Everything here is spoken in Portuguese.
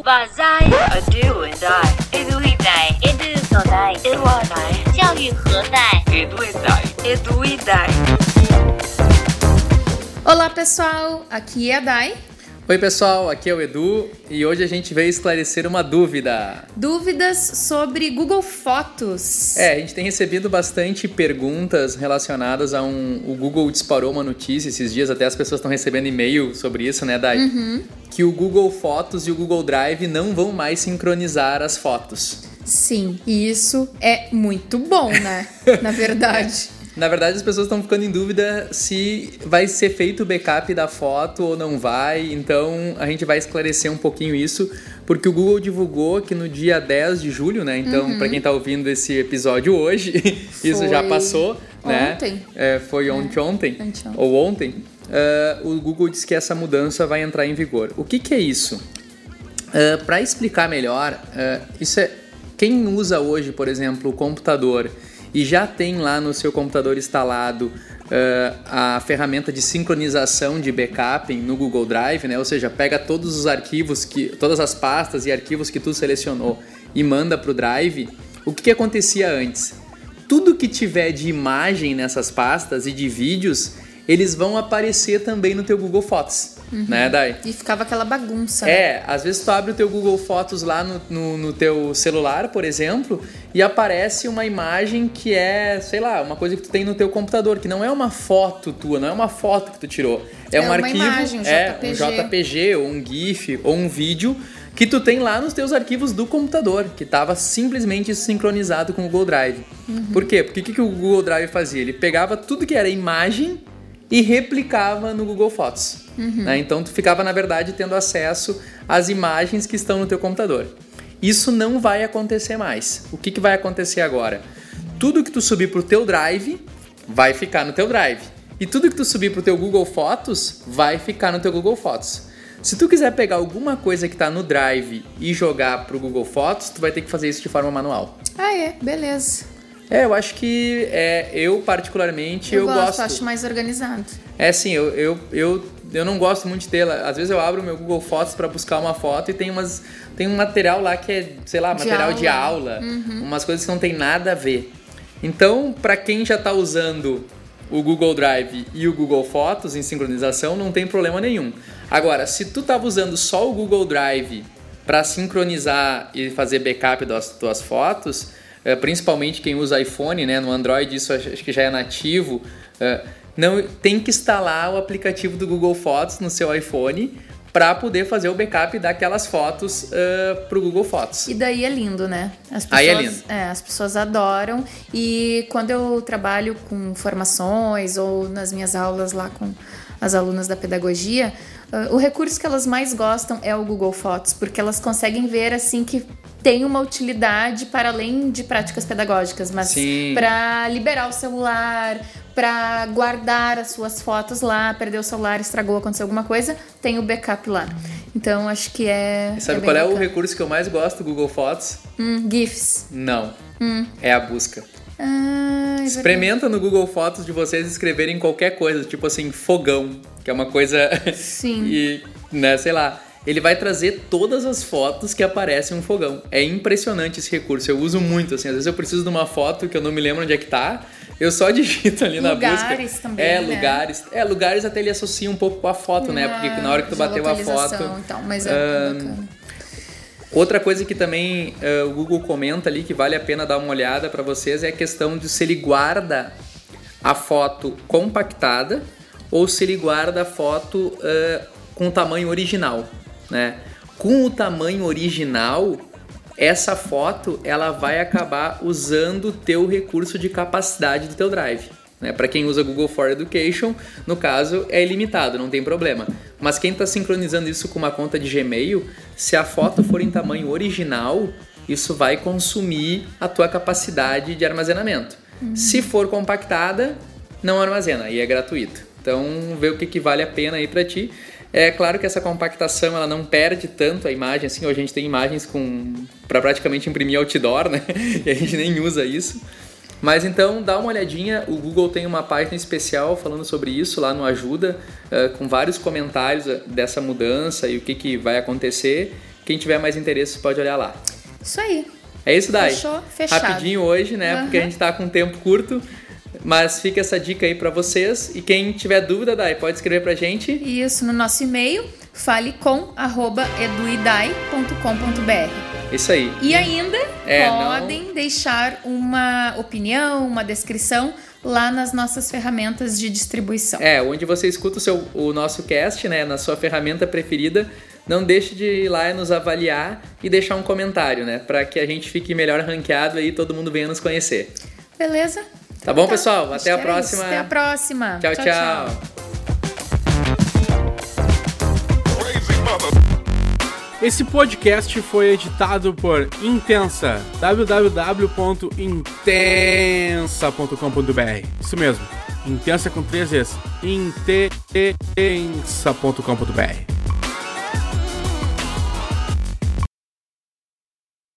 把在 Edu and I，Edu e I，Edu所在，Edu I，教育何在 Edu e I，Edu e I。 Olá pessoal, aqui é a Dai. Oi pessoal, aqui é o Edu e hoje a gente veio esclarecer uma dúvida. Dúvidas sobre Google Fotos. A gente tem recebido bastante perguntas relacionadas a o Google disparou uma notícia esses dias, até as pessoas estão recebendo e-mail sobre isso, né, Dai? Que o Google Fotos e o Google Drive não vão mais sincronizar as fotos. Sim, e isso é muito bom, né? Na verdade. Na verdade, as pessoas estão ficando em dúvida se vai ser feito o backup da foto ou não vai. Então, a gente vai esclarecer um pouquinho isso, porque o Google divulgou que no dia 10 de julho, né? Então, para quem está ouvindo esse episódio hoje, isso já passou, né? Ontem. Foi ontem. Ou ontem. O Google disse que essa mudança vai entrar em vigor. O que é isso? Para explicar melhor, isso é quem usa hoje, por exemplo, o computador e já tem lá no seu computador instalado a ferramenta de sincronização de backup no Google Drive, né? Ou seja, pega todos os arquivos, todas as pastas e arquivos que tu selecionou e manda para o Drive. O que acontecia antes? Tudo que tiver de imagem nessas pastas e de vídeos, eles vão aparecer também no teu Google Fotos, né, Dai? E ficava aquela bagunça. Às vezes tu abre o teu Google Fotos lá no teu celular, por exemplo, e aparece uma imagem que é, sei lá, uma coisa que tu tem no teu computador, que não é uma foto tua, não é uma foto que tu tirou. É um arquivo, imagem, um JPG, ou um GIF, ou um vídeo que tu tem lá nos teus arquivos do computador, que estava simplesmente sincronizado com o Google Drive. Por quê? Porque o que o Google Drive fazia? Ele pegava tudo que era imagem e replicava no Google Fotos. Né? Então, tu ficava, na verdade, tendo acesso às imagens que estão no teu computador. Isso não vai acontecer mais. O que vai acontecer agora? Tudo que tu subir para o teu Drive vai ficar no teu Drive. E tudo que tu subir para o teu Google Fotos vai ficar no teu Google Fotos. Se tu quiser pegar alguma coisa que está no Drive e jogar para o Google Fotos, tu vai ter que fazer isso de forma manual. Beleza. Eu acho que eu particularmente eu gosto. Acho mais organizado. Sim, eu não gosto muito de ter. Às vezes eu abro o meu Google Fotos para buscar uma foto e tem um material lá que é, sei lá, material de aula, umas coisas que não tem nada a ver. Então, para quem já está usando o Google Drive e o Google Fotos em sincronização, não tem problema nenhum. Agora, se tu estava usando só o Google Drive para sincronizar e fazer backup das tuas fotos, principalmente quem usa iPhone, né? No Android isso acho que já é nativo, não tem que instalar o aplicativo do Google Fotos no seu iPhone para poder fazer o backup daquelas fotos para o Google Fotos. E daí é lindo, né? As pessoas adoram, e quando eu trabalho com formações ou nas minhas aulas lá com as alunas da pedagogia, o recurso que elas mais gostam é o Google Fotos, porque elas conseguem ver assim que tem uma utilidade para além de práticas pedagógicas, mas para liberar o celular, para guardar as suas fotos lá, perdeu o celular, estragou, aconteceu alguma coisa, tem o backup lá. Então acho que Sabe qual é o recurso que eu mais gosto do Google Fotos? GIFs. Não. É a busca. Experimenta no Google Fotos de vocês escreverem qualquer coisa, tipo assim, fogão, que é uma coisa... Sim. E, né, sei lá, ele vai trazer todas as fotos que aparecem um fogão. É impressionante esse recurso, eu uso muito, assim, às vezes eu preciso de uma foto que eu não me lembro onde é que tá, eu só digito ali na busca. Lugares também, né? Lugares até ele associa um pouco com a foto, né? Porque na hora que tu bateu a foto... Então, mas é bacana. Outra coisa que também o Google comenta ali, que vale a pena dar uma olhada para vocês, é a questão de se ele guarda a foto compactada ou se ele guarda a foto com o tamanho original, né? Com o tamanho original, essa foto ela vai acabar usando o teu recurso de capacidade do teu Drive. Né? Para quem usa Google for Education, no caso, é ilimitado, não tem problema. Mas quem está sincronizando isso com uma conta de Gmail, se a foto for em tamanho original, isso vai consumir a tua capacidade de armazenamento. Se for compactada, não armazena e é gratuito. Então, vê o que vale a pena aí para ti. É claro que essa compactação ela não perde tanto a imagem, assim, hoje a gente tem imagens para praticamente imprimir outdoor, né? E a gente nem usa isso. Mas então dá uma olhadinha, o Google tem uma página especial falando sobre isso lá no Ajuda, com vários comentários dessa mudança e o que vai acontecer. quem tiver mais interesse pode olhar lá. Isso aí. É isso, Dai. Fechou, fechado. Rapidinho hoje, né? Porque a gente tá com um tempo curto. Mas fica essa dica aí pra vocês. E quem tiver dúvida, Dai, pode escrever pra gente. Isso, no nosso e-mail, falecom@eduidai.com.br. Isso aí. E ainda podem deixar uma opinião, uma descrição lá nas nossas ferramentas de distribuição. Onde você escuta o nosso cast, né? Na sua ferramenta preferida. Não deixe de ir lá e nos avaliar e deixar um comentário, né? Pra que a gente fique melhor ranqueado aí e todo mundo venha nos conhecer. Beleza? Tá bom, pessoal? Até a próxima. Até a próxima. Tchau, tchau. Esse podcast foi editado por Intensa, www.intensa.com.br. Isso mesmo, Intensa com 3 vezes, intensa.com.br.